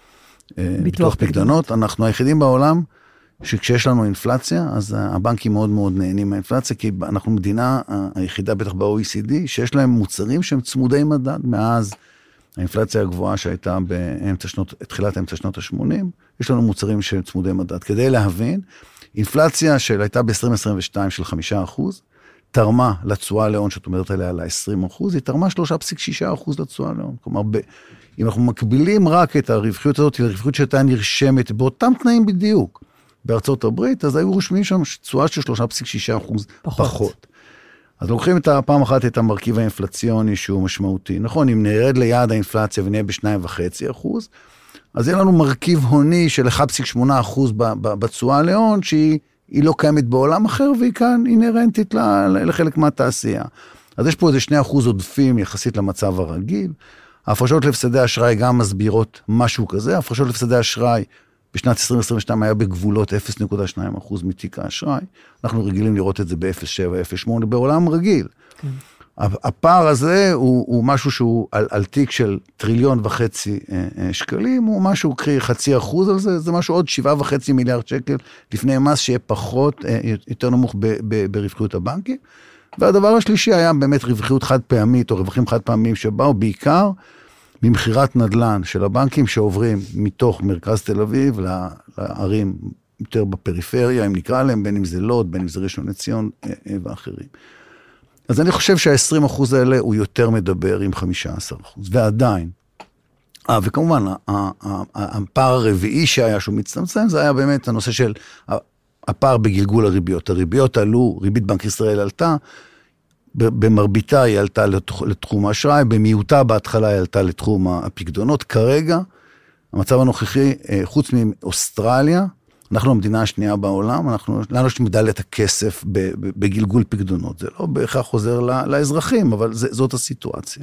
ביטוח פקדונות, אנחנו היחידים בעולם שכשיש לנו אינפלציה, אז הבנקים מאוד מאוד נהנים מהאינפלציה, כי אנחנו מדינה היחידה, בטח ב-OECD, שיש להם מוצרים שהם צמודי מדד, מאז האינפלציה הגבוהה שהייתה תחילת אמצע שנות ה-80, יש לנו מוצרים שהם צמודי מדד. כדי להבין, אינפלציה שהייתה ב-2022 של 5%, תרמה לתשואה להון, שאת אומרת עליה ל-20%, היא תרמה 3.6% לתשואה להון. כלומר, אם אנחנו מקבילים רק את הרווחיות הזאת, לרווחיות שהייתה נרשמת באותם תנאים בדיוק, בארצות הברית, אז היו רושמים שם תשואה של 3.6% פחות. אז לוקחים פעם אחת את המרכיב האינפלציוני שהוא משמעותי. נכון, אם נרד ליעד האינפלציה ונהיה ב2.5%, אז יהיה לנו מרכיב הוני של 1.8% בתשואה להון, שהיא לא קיימת בעולם אחר, והיא כאן אינרנטית לחלק מהתעשייה. אז יש פה איזה 2% עודפים יחסית למצב הרגיל. ההפרשות להפסדי אשראי גם מסבירות משהו כזה. ההפרשות להפסדי אשראי בשנת 2022 היה בגבולות 0.2% מתיק האשראי. אנחנו רגילים לראות את זה ב-0.7, 0.8 בעולם רגיל. כן. הפער הזה הוא משהו שהוא על תיק של 1.5 טריליון שקלים, הוא משהו, קרי 0.5% על זה, זה משהו עוד 7.5 מיליארד שקל לפני מס שיהיה פחות, יותר נמוך ברווחיות הבנקים. והדבר השלישי היה באמת רווחיות חד פעמית, או רווחים חד פעמיים שבאו בעיקר ממחירת נדל"ן של הבנקים שעוברים מתוך מרכז תל אביב לערים יותר בפריפריה, אם נקרא להם, בין אם זה לוד, בין אם זה ראשון לציון ואחרים. אז אני חושב שה-20% האלה הוא יותר מדבר עם 15%. ועדיין, וכמובן, הפער הרביעי שהיה שהוא מצטמצם, זה היה באמת הנושא של הפער בגלגול הריביות. הריביות עלו, ריבית בנק ישראל עלתה, במרביתה היא עלתה לתחום האשראי, במיעוטה בהתחלה היא עלתה לתחום הפקדונות. כרגע, המצב הנוכחי, חוץ מאוסטרליה, אנחנו המדינה השנייה בעולם, לנו יש מדליית הכסף בגלגול פקדונות. זה לא בהכרח חוזר לאזרחים, אבל זאת הסיטואציה.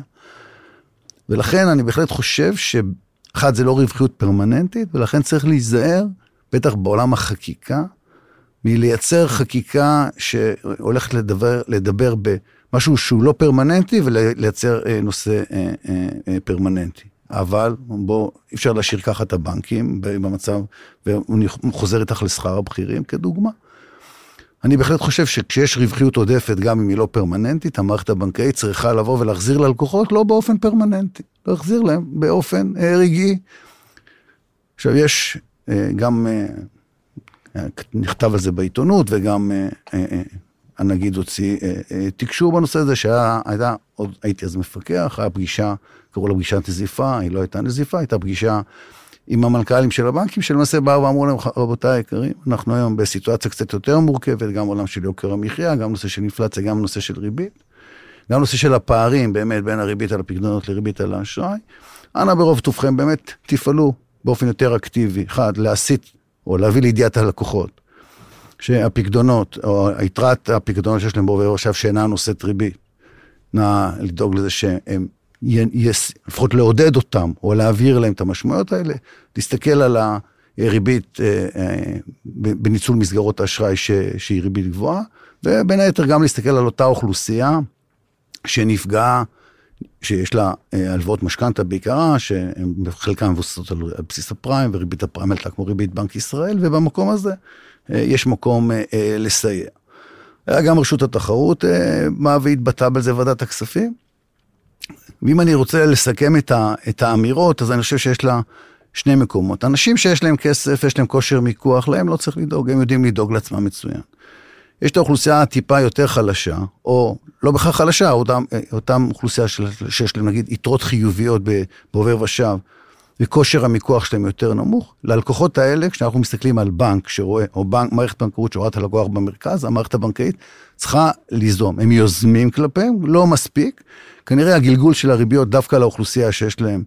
ולכן אני בהחלט חושב שאחד, זה לא רווחיות פרמננטית, ולכן צריך להיזהר, בטח בעולם החקיקה, מלייצר חקיקה שהולכת לדבר במשהו שהוא לא פרמננטי, ולייצר נושא פרמננטי. אבל בוא, אפשר להשאיר ככה את הבנקים במצב, והוא חוזר איתך לשכר הבכירים כדוגמה. אני בהחלט חושב שכשיש רווחיות עודפת, גם אם היא לא פרמננטית, המערכת הבנקאית צריכה לבוא ולהחזיר ללקוחות לא באופן פרמננטי, להחזיר להם באופן רגעי. עכשיו יש גם, נכתב על זה בעיתונות, וגם הנגיד הוציא תקשור בנושא הזה, הייתי אז מפקח, היה פגישה, קראו לה פגישת נזיפה, היא לא הייתה נזיפה, הייתה פגישה עם המנכ"לים של הבנקים, שלמעשה באו ואמרו להם, רבותיי היקרים, אנחנו היום בסיטואציה קצת יותר מורכבת, גם עולם של יוקר המחיה, גם נושא של אינפלציה, גם נושא של ריבית, גם נושא של הפערים באמת בין הריבית על הפקדונות לריבית על האשראי. אנא ברוב טובכם באמת תפעלו באופן יותר אקטיבי, אחד, להסיט או להביא לידיעת הלקוחות, שהפקדונות או היתרת הפקדונות שיש להם בעובר ושב שאינה נושאת ריבית, נא לדאוג לזה שהם לפחות לעודד אותם, או להעביר להם את המשמעויות האלה, להסתכל על הריבית בניצול מסגרות האשראי שהיא ריבית גבוהה, ובין היתר גם להסתכל על אותה אוכלוסייה שנפגעה, שיש לה הלוואות משכנתא בעיקרה, שחלקם מבוססות על בסיס הפריים, וריבית הפריים עלתה כמו ריבית בנק ישראל, ובמקום הזה יש מקום לסייע. היה גם רשות התחרות, מה והתבטא בזה ועדת הכספים, ואם אני רוצה לסכם את האמירות, אז אני חושב שיש לה שני מקומות. אנשים שיש להם כסף, יש להם כושר מיקוח, להם לא צריך לדאוג, הם יודעים לדאוג לעצמם מצוין. יש את האוכלוסייה טיפה יותר חלשה, או לא בכך חלשה, אותם אוכלוסייה שיש להם נגיד יתרות חיוביות בעובר ושב, וכושר המיקוח שלהם יותר נמוך. ללקוחות האלה, כשאנחנו מסתכלים על בנק שרואה, או מערכת בנקאות שרואה את הלקוח במרכז, המערכת הבנקאית צריכה ליזום. הם יוזמים כלפיהם, לא מספיק. כנראה הגלגול של הריביות דווקא לאוכלוסייה שיש להם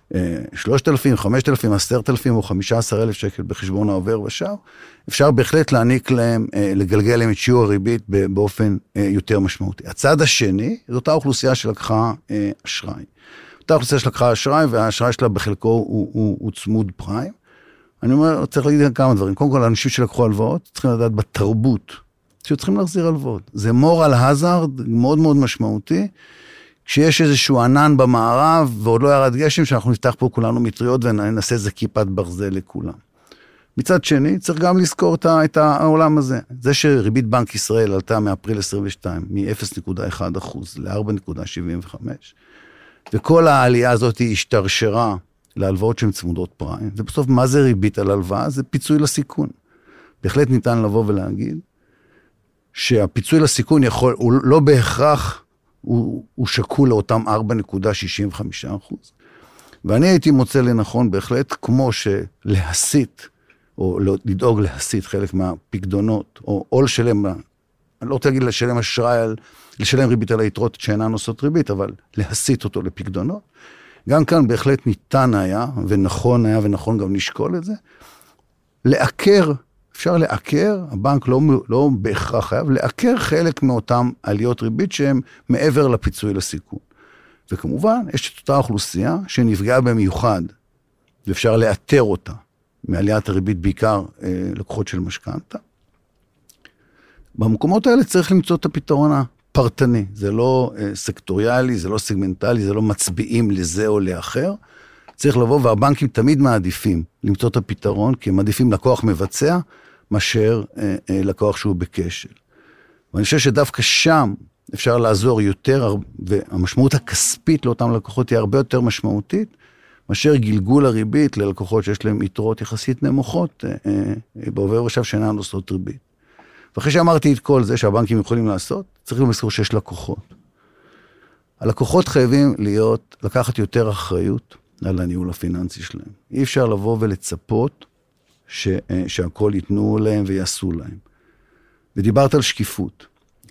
3,000, 5,000, 10,000 או 15,000 שקל בחשבון העובר ושב, אפשר בהחלט להעניק להם, לגלגל להם את שיעור הריבית באופן יותר משמעותי. הצד השני, זאת אותה אוכלוסייה שלקחה אשראי. אותה אוכלוסייה שלקחה אשראי, והאשראי שלה בחלקו הוא צמוד פריים. אני אומר, צריך להגיד כמה דברים. קודם כל, האנשים שלקחו הלוואות, צריכים לדעת בתרבות, שצריכים להחזיר הלוואות. זה moral hazard מאוד מאוד משמעותי, כשיש איזשהו ענן במערב, ועוד לא ירד גשם, שאנחנו נפתח פה כולנו מטריות, וננסה איזה כיפת ברזל לכולם. מצד שני, צריך גם לזכור את העולם הזה. זה שריבית בנק ישראל עלתה מאפריל 22, מ-0.1% ל-4.75, וכל העלייה הזאת היא השתרשרה להלוואות שהן צמודות פריים. זה בסוף, מה זה ריבית על הלוואה? זה פיצוי לסיכון. בהחלט ניתן לבוא ולהגיד, שהפיצוי לסיכון יכול, הוא לא בהכרח, הוא שקול לאותם 4.65%. ואני הייתי מוצא לנכון בהחלט, כמו שלהסיט, או לדאוג להסיט חלק מהפקדונות, או לשלם, אני לא רוצה להגיד לשלם אשראי, לשלם ריבית על היתרות שאינן נושאות ריבית, אבל להסיט אותו לפקדונות. גם כאן בהחלט ניתן היה, ונכון גם לשקול את זה, לעקר, אפשר לעקר, הבנק לא בהכרח חייב, לעקר חלק מאותם עליות ריבית שהן מעבר לפיצוי לסיכון. וכמובן, יש את אותה אוכלוסייה שנפגעה במיוחד, ואפשר לאתר אותה, מעליית הריבית בעיקר לקוחות של משכנתא. במקומות האלה צריך למצוא את הפתרון הפרטני, זה לא סקטוריאלי, זה לא סגמנטלי, זה לא מצביעים לזה או לאחר, צריך לבוא, והבנקים תמיד מעדיפים למצוא את הפתרון, כי הם מעדיפים לקוח מבצע, מאשר לקוח שהוא בכשל. ואני חושב שדווקא שם אפשר לעזור יותר, והמשמעות הכספית לאותם לקוחות היא הרבה יותר משמעותית, מאשר גלגול הריבית ללקוחות שיש להם יתרות יחסית נמוכות, בעובר ושב שאינן נושאות ריבית. ואחרי שאמרתי את כל זה שהבנקים יכולים לעשות, צריכים לזכור שיש לקוחות. הלקוחות חייבים לקחת יותר אחריות על הניהול הפיננסי שלהם. אי אפשר לבוא ולצפות שהכל ייתנו להם ויעשו להם. ודיברת על שקיפות.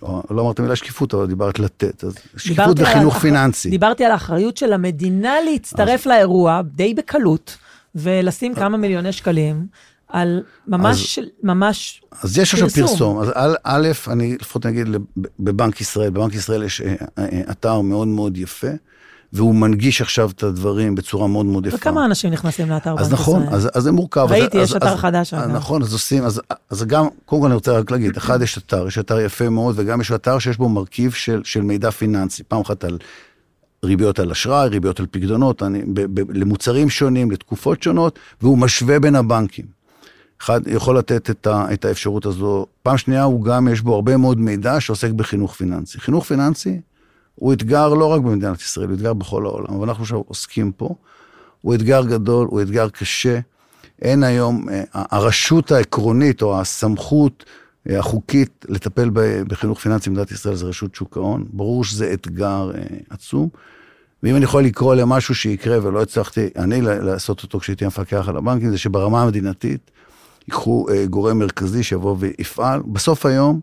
לא אמרת מילה שקיפות, אבל דיברת לתת. אז שקיפות וחינוך פיננסי. דיברתי על האחריות של המדינה להצטרף לאירוע, די בקלות, ולשים כמה מיליוני שקלים, על ממש פרסום. אז יש עכשיו פרסום. אז א', אני לפחות נגיד בבנק ישראל, בבנק ישראל יש אתר מאוד מאוד יפה, והוא מנגיש עכשיו את הדברים בצורה מאוד מאוד יפה. וכמה אנשים נכנסים לאתר בנק ישראל? אז נכון, אז זה מורכב. ראיתי, יש אתר חדש. נכון, אז עושים, אז גם, קודם כל אני רוצה רק להגיד, אחד יש אתר יפה מאוד, וגם יש אתר שיש בו מרכיב של מידע פיננסי, פעם אחת על ריביות על אשראי, ריביות על פקדונות, למוצרים שונים, לתקופות שונות, והוא משווה בין הבנקים. אחד יכול לתת את האפשרות הזו. פעם שנייה, הוא גם, יש בו הרבה מאוד מידע שעוסק בחינוך פיננסי. חינוך פיננסי הוא אתגר לא רק במדינת ישראל, הוא אתגר בכל העולם, אבל אנחנו עכשיו עוסקים פה. הוא אתגר גדול, הוא אתגר קשה. אין היום, הרשות העקרונית או הסמכות החוקית לטפל בחינוך פיננסי במדינת ישראל, זה רשות שוק ההון. ברור שזה אתגר עצום. ואם אני יכול לקרוא למשהו שיקרה, ולא הצלחתי אני לעשות אותו כשהייתי מפקח על הבנקים, זה שברמה המדינתית, ייקחו גורם מרכזי שיבוא ויפעל. בסוף היום,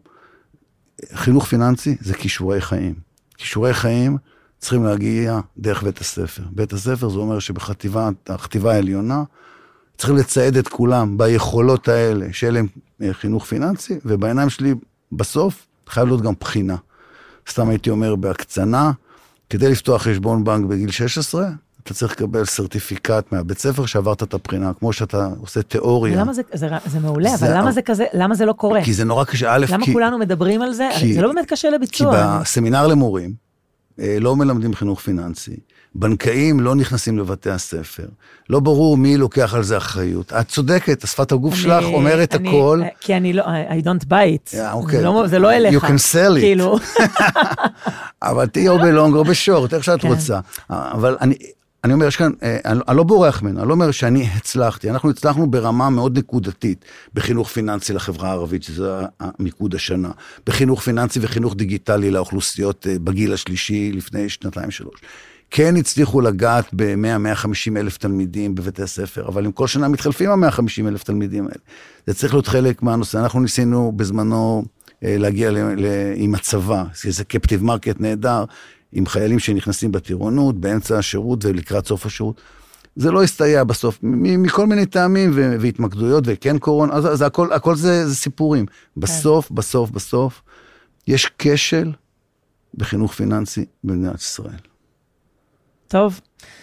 חינוך פיננסי זה כישורי חיים. כישורי חיים צריכים להגיע דרך בית הספר. בית הספר זה אומר שבחטיבה העליונה, צריכים לצעד את כולם ביכולות האלה, שיהיה להם חינוך פיננסי, ובעיניים שלי בסוף חייב להיות גם בחינה. סתם הייתי אומר בהקצנה, כדי לפתוח חשבון בנק בגיל 16, אתה צריך לקבל סרטיפיקט מהבית ספר שעברת את הבחינה, כמו שאתה עושה תיאוריה. למה זה מעולה, אבל למה זה כזה, למה זה לא קורה? כי זה נורא קשה, א', למה כולנו מדברים על זה? זה לא באמת קשה לביצוע. כי בסמינר למורים, לא מלמדים חינוך פיננסי, בנקאים לא נכנסים לבתי הספר, לא ברור מי לוקח על זה אחריות. את צודקת, השפת הגוף שלך אומרת הכל. כי אני לא, I don't buy it. זה לא אליך. You can sell it. אבל תהי או בלונג או בשורט, איך שאת רוצה. אבל אני אומר, יש כאן, אני לא בורח ממנו, אני לא אומר שאני הצלחתי, אנחנו הצלחנו ברמה מאוד נקודתית, בחינוך פיננסי לחברה הערבית, שזה המיקוד השנה, בחינוך פיננסי וחינוך דיגיטלי לאוכלוסיות בגיל השלישי לפני 2-3. כן הצליחו לגעת ב-100-150 אלף תלמידים בבתי הספר, אבל עם כל שנה מתחלפים ה-150 אלף תלמידים האלה. זה צריך להיות חלק מהנושא. אנחנו ניסינו בזמנו להגיע עם הצבא, זה קפטיב מרקט נהדר, עם חיילים שנכנסים בטירונות, באמצע השירות ולקראת סוף השירות. זה לא הסתייע בסוף, מכל מיני טעמים והתמקדויות, וכן קורונה, אז הכל זה סיפורים. בסוף, יש כשל בחינוך פיננסי במדינת ישראל. טוב,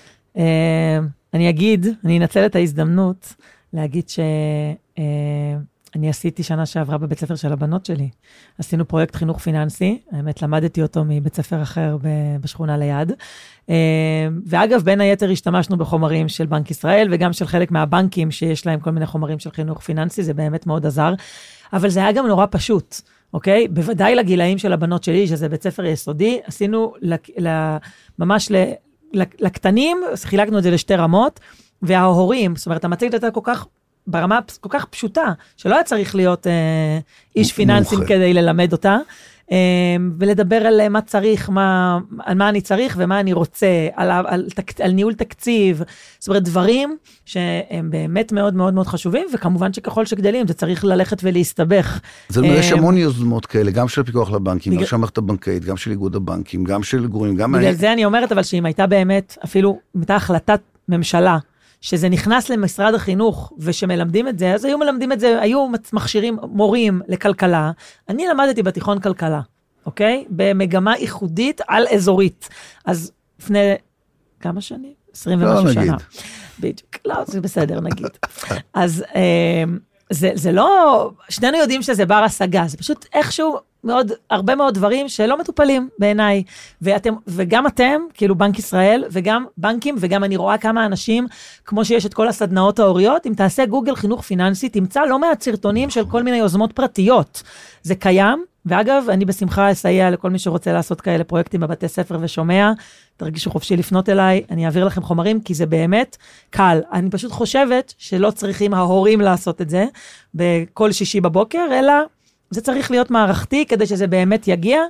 אני אנצל את ההזדמנות להגיד שאני עשיתי שנה שעברה בבית ספר של הבנות שלי. עשינו פרויקט חינוך פיננסי, האמת למדתי אותו מבית ספר אחר בשכונה ליד. ואגב, בין היתר השתמשנו בחומרים של בנק ישראל, וגם של חלק מהבנקים שיש להם כל מיני חומרים של חינוך פיננסי, זה באמת מאוד עזר. אבל זה היה גם נורא פשוט, אוקיי? בוודאי לגילאים של הבנות שלי, שזה בית ספר יסודי, עשינו ממש לקטנים, חילקנו את זה לשתי רמות, וההורים, זאת אומרת, המצגת הייתה ברמה כל כך פשוטה, שלא היה צריך להיות איש פיננסים כדי ללמד אותה, ולדבר על מה צריך, על מה אני צריך ומה אני רוצה, על ניהול תקציב, זאת אומרת, דברים שהם באמת מאוד מאוד מאוד חשובים, וכמובן שככל שגדלים, זה צריך ללכת ולהסתבך. יש המון יוזמות כאלה, גם של הפיקוח לבנקים, גם של המערכת הבנקאית, גם של איגוד הבנקים, גם של גורמים, גם... בגלל זה אני אומרת, אבל שאם הייתה באמת, אפילו הייתה החלטת ממשלה, שזה נכנס למשרד החינוך, ושמלמדים את זה, אז היו מלמדים את זה, היו מכשירים מורים לכלכלה, אני למדתי בתיכון כלכלה, אוקיי? במגמה ייחודית על אזורית. אז לפני כמה שנים? 20 ומשהו שנה. בדיוק, לא, זה בסדר, נגיד. אז זה לא, שנינו יודעים שזה בר השגה, זה פשוט איכשהו הרבה מאוד דברים שלא מטופלים בעיניי, וגם אתם, כאילו בנק ישראל, וגם בנקים, וגם אני רואה כמה אנשים, כמו שיש את כל הסדנאות ההוריות, אם תעשה גוגל חינוך פיננסי, תמצא לא מעט סרטונים של כל מיני יוזמות פרטיות. זה קיים, ואגב, אני בשמחה אסייע לכל מי שרוצה לעשות כאלה פרויקטים בבתי ספר ושומע, תרגישו חופשי לפנות אליי, אני אעביר לכם חומרים, כי זה באמת קל. אני פשוט חושבת שלא צריכים ההורים לעשות את זה, בכל שישי בבוקר, אלא זה צריך להיות מערכתי, כדי שזה באמת יגיע,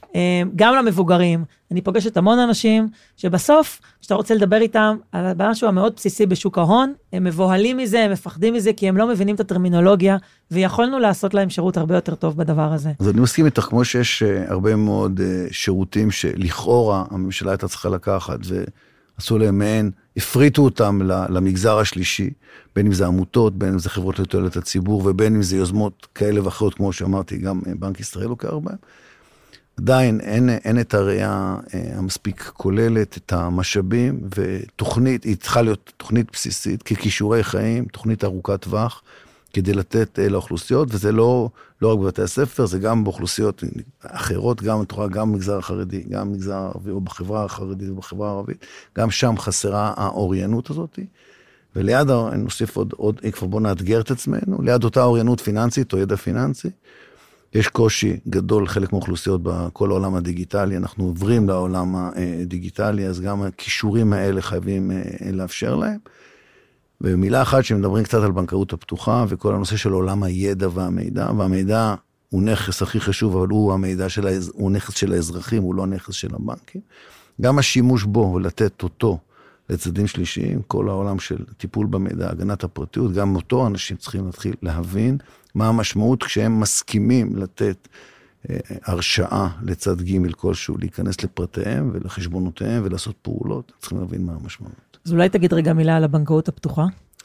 גם למבוגרים. אני פוגשת המון אנשים שבסוף, כשאתה רוצה לדבר איתם על משהו המאוד בסיסי בשוק ההון, הם מבוהלים מזה, הם מפחדים מזה, כי הם לא מבינים את הטרמינולוגיה, ויכולנו לעשות להם שירות הרבה יותר טוב בדבר הזה. אז אני מסכים איתך, כמו שיש הרבה מאוד שירותים שלכאורה הממשלה הייתה צריכה לקחת, ועשו להם מעין, הפריטו אותם למגזר השלישי, בין אם זה עמותות, בין אם זה חברות לתועלת הציבור, ובין אם זה יוזמות כאלה ואחרות, כמו שאמרתי, גם בנק ישראל לוקח הרבה. עדיין אין את הראייה המספיק כוללת, את המשאבים, ותוכנית, היא צריכה להיות תוכנית בסיסית, ככישורי חיים, תוכנית ארוכת טווח, כדי לתת לאוכלוסיות, וזה לא רק בבתי הספר, זה גם באוכלוסיות אחרות, גם במגזר החרדי, גם במגזר הערבי, או בחברה החרדית ובחברה הערבית, גם שם חסרה האוריינות הזאת, וליד, נוסיף עוד, כבר בוא נאתגר את עצמנו, ליד אותה אוריינות פיננסית או ידע פיננסי, יש קושי גדול חלק מהאוכלוסיות בכל העולם הדיגיטלי, אנחנו עוברים לעולם הדיגיטלי, אז גם הכישורים האלה חייבים לאפשר להם. ומילה אחת שמדברים קצת על בנקאות הפתוחה, וכל הנושא של עולם הידע והמידע הוא נכס הכי חשוב, אבל הוא נכס של האזרחים, הוא לא נכס של הבנקים. גם השימוש בו ולתת אותו לצדדים שלישיים, כל העולם של טיפול במידע, הגנת הפרטיות, גם אותו אנשים צריכים להתחיל להבין מה המשמעות כשהם מסכימים לתת הרשאה לצד ג' כלשהו, להיכנס לפרטיהם ולחשבונותיהם ולעשות פעולות, צריכים להבין מה המשמעות. אז אולי תגיד רגע מילה על הבנקאות הפתוחה?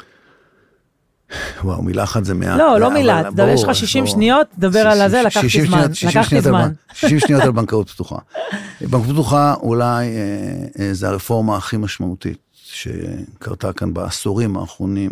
וואו, מילה אחת זה מעט. לא מילה, יש לך 60 שניות, דבר על זה, לקחתי זמן. 60 שניות על בנקאות פתוחה. בנקאות פתוחה אולי זה הרפורמה הכי משמעותית שקרתה כאן בעשורים האחרונים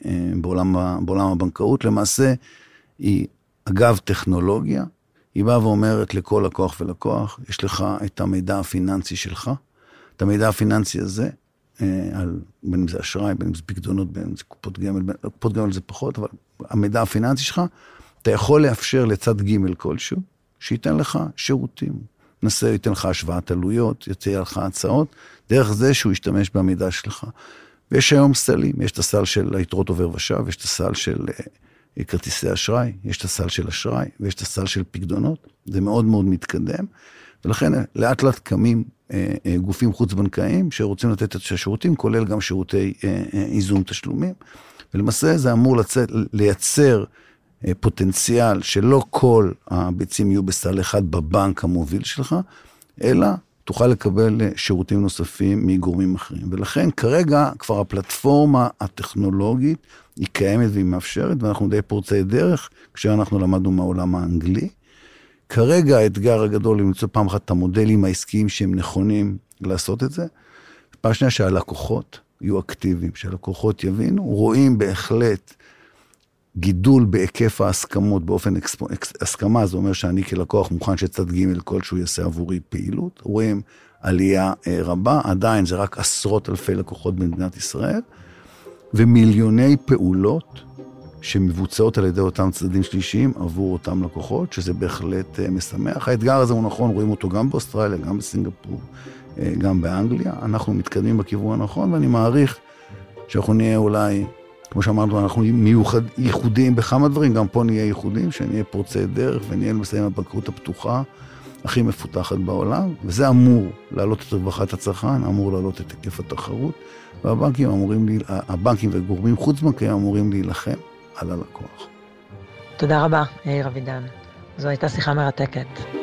בעולם הבנקאות. למעשה היא אגב טכנולוגיה, היא באה ואומרת לכל לקוח ולקוח, יש לך את המידע הפיננסי שלך, את המידע הפיננסי הזה, בין אם זה אשראי, בין אם זה פקדונות, בין אם זה קופות גמל זה פחות, אבל המידע הפיננסי שלך, אתה יכול לאפשר לצד ג' כלשהו, שייתן לך שירותים, ייתן לך השוואת עלויות, יציע לך הצעות, דרך זה שהוא ישתמש במידע שלך. ויש היום סלים, יש את הסל של היתרות עובר ושב, יש את הסל של כרטיסי אשראי, יש את הסל של אשראי, ויש את הסל של פקדונות, זה מאוד מאוד מתקדם, ולכן לאט לאט קמים גופים חוץ-בנקאיים שרוצים לתת את השירותים, כולל גם שירותי איזון תשלומים, ולמעשה זה אמור לייצר פוטנציאל שלא כל הביצים יהיו בסל אחד בבנק המוביל שלך, אלא תוכל לקבל שירותים נוספים מגורמים אחרים. ולכן כרגע כבר הפלטפורמה הטכנולוגית היא קיימת והיא מאפשרת, ואנחנו די פורצי דרך, כשאנחנו למדנו מהעולם האנגלי. כרגע האתגר הגדול למצוא פעם אחת את המודלים העסקיים שהם נכונים לעשות את זה. פעם שנייה שהלקוחות יהיו אקטיביים, שהלקוחות יבינו, רואים בהחלט גידול בהיקף ההסכמות באופן הסכמה, זה אומר שאני כלקוח מוכן שצד ג' כלשהו יעשה עבורי פעילות, רואים עלייה רבה, עדיין זה רק עשרות אלפי לקוחות במדינת ישראל, ומיליוני פעולות שמבוצעות על ידי אותם צדדים שלישיים עבור אותם לקוחות, שזה בהחלט משמח. האתגר הזה הוא נכון, רואים אותו גם באוסטרליה, גם בסינגפור, גם באנגליה, אנחנו מתקדמים בכיוון הנכון, ואני מעריך שאנחנו נהיה אולי, כמו שאמרנו, אנחנו ייחודיים בכמה דברים, גם פה נהיה ייחודיים, שנהיה פורצי דרך, ונהיה לסיים הבנקאות הפתוחה הכי מפותחת בעולם, וזה אמור להעלות את רווחת הצרכן, אמור להעלות את היקף התחרות, והבנקים וגורמים חוץ-בנקאיים אמורים להילחם על הלקוח. תודה רבה, יאיר אבידן. זו הייתה שיחה מרתקת.